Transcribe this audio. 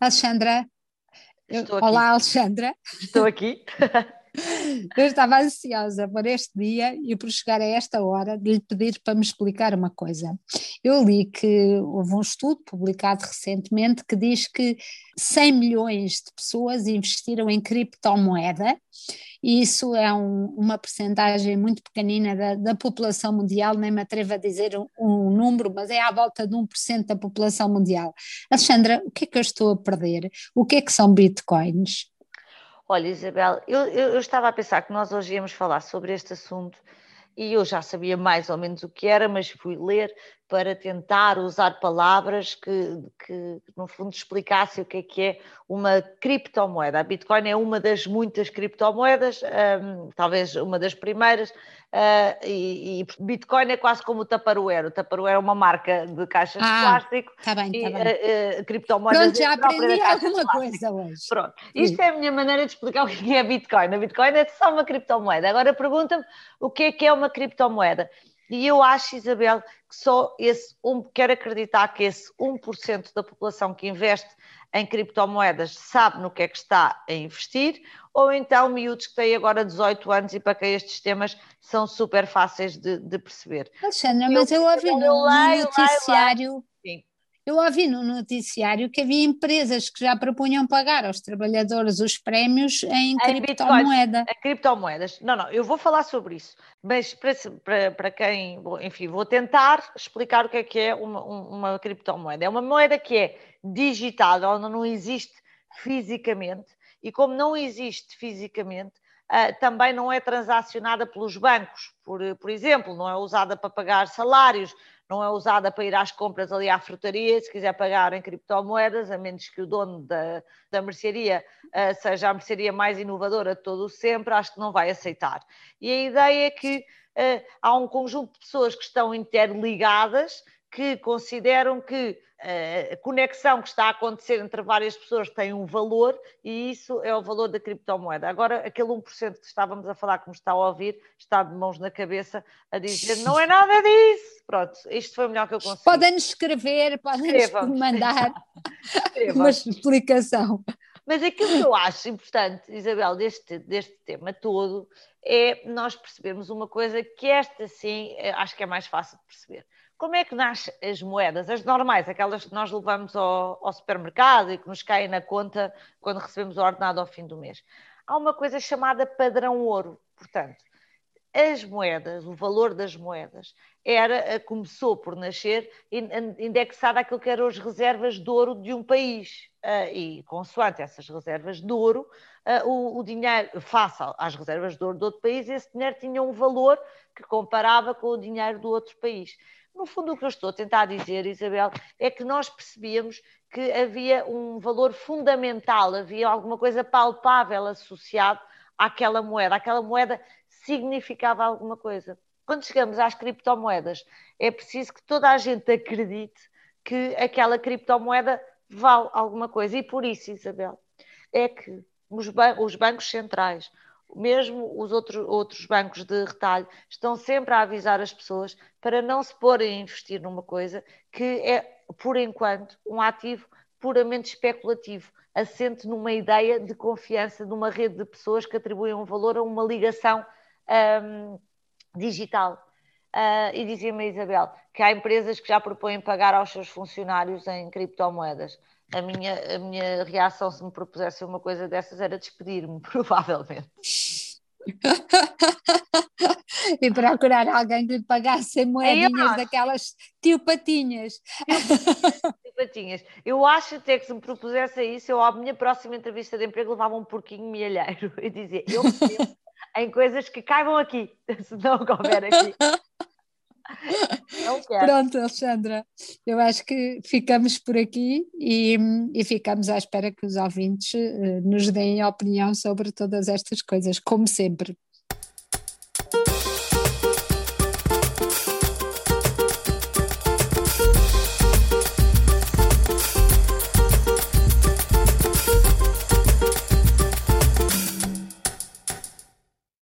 Alexandra, Estou aqui. olá Alexandra, Estou aqui. eu estava ansiosa por este dia e por chegar a esta hora de lhe pedir para me explicar uma coisa. Eu li que houve um estudo publicado recentemente que diz que 100 milhões de pessoas investiram em criptomoeda e isso é uma percentagem muito pequenina da população mundial, nem me atrevo a dizer um número, mas é à volta de 1% da população mundial. Alexandra, o que é que eu estou a perder? O que é que são bitcoins? Olha, Isabel, eu estava a pensar que nós hoje íamos falar sobre este assunto e eu já sabia mais ou menos o que era, mas fui ler para tentar usar palavras que no fundo explicassem o que é uma criptomoeda. A Bitcoin é uma das muitas criptomoedas, talvez uma das primeiras, e Bitcoin é quase como o Tupperware. O Tupperware é uma marca de caixas de plástico Está bem, está e bem. criptomoedas Pronto, é já a própria da aprendi caixa de alguma plástico. coisa hoje. Pronto, isto Sim. é a minha maneira de explicar o que é Bitcoin. A Bitcoin é só uma criptomoeda. Agora pergunta-me o que é uma criptomoeda. E eu acho, Isabel, que só quero acreditar que esse 1% da população que investe em criptomoedas sabe no que é que está a investir, ou então miúdos que têm agora 18 anos e para quem estes temas são super fáceis de perceber. Alexandra, mas eu ouvi no Leio. noticiário. Sim. Eu ouvi no noticiário que havia empresas que já propunham pagar aos trabalhadores os prémios em Em bitcoins, criptomoeda. em criptomoedas. Não, eu vou falar sobre isso. Mas para quem, enfim, vou tentar explicar o que é uma criptomoeda. É uma moeda que é digital, ela não existe fisicamente. E como não existe fisicamente, também não é transacionada pelos bancos. Por exemplo, não é usada para pagar salários, não é usada para ir às compras ali à frutaria, se quiser pagar em criptomoedas, a menos que o dono da mercearia seja a mercearia mais inovadora de todo o sempre, acho que não vai aceitar. E a ideia é que há um conjunto de pessoas que estão interligadas, que consideram que a conexão que está a acontecer entre várias pessoas tem um valor e isso é o valor da criptomoeda. Agora, aquele 1% que estávamos a falar, que me está a ouvir, está de mãos na cabeça a dizer não é nada disso. Pronto, isto foi o melhor que eu consegui. Podem-nos escrever, podem-nos mandar uma explicação. Mas aquilo que eu acho importante, Isabel, deste tema todo, é nós percebermos uma coisa que esta sim acho que é mais fácil de perceber. Como é que nascem as moedas, as normais, aquelas que nós levamos ao supermercado e que nos caem na conta quando recebemos o ordenado ao fim do mês? Há uma coisa chamada padrão ouro. Portanto, as moedas, o valor das moedas, começou por nascer indexado àquilo que eram as reservas de ouro de um país. E, consoante essas reservas de ouro, o dinheiro, face às reservas de ouro de outro país, esse dinheiro tinha um valor que comparava com o dinheiro do outro país. No fundo, o que eu estou a tentar dizer, Isabel, é que nós percebíamos que havia um valor fundamental, havia alguma coisa palpável associado àquela moeda. Aquela moeda significava alguma coisa. Quando chegamos às criptomoedas, é preciso que toda a gente acredite que aquela criptomoeda vale alguma coisa. E por isso, Isabel, é que os bancos centrais, mesmo os outros bancos de retalho, estão sempre a avisar as pessoas para não se porem a investir numa coisa que é, por enquanto, um ativo puramente especulativo, assente numa ideia de confiança numa rede de pessoas que atribuem um valor a uma ligação digital. E dizia-me a Isabel que há empresas que já propõem pagar aos seus funcionários em criptomoedas. A minha reação, se me propusesse uma coisa dessas, era despedir-me, provavelmente. E procurar alguém que lhe pagasse em moedinhas daquelas tio Patinhas. Tio Patinhas. Eu acho até que se me propusesse isso, eu à minha próxima entrevista de emprego levava um porquinho mielheiro e dizia, eu percebo em coisas que caibam aqui, se não couber aqui. Não quero. Pronto, Alexandra, eu acho que ficamos por aqui e ficamos à espera que os ouvintes nos deem opinião sobre todas estas coisas, como sempre.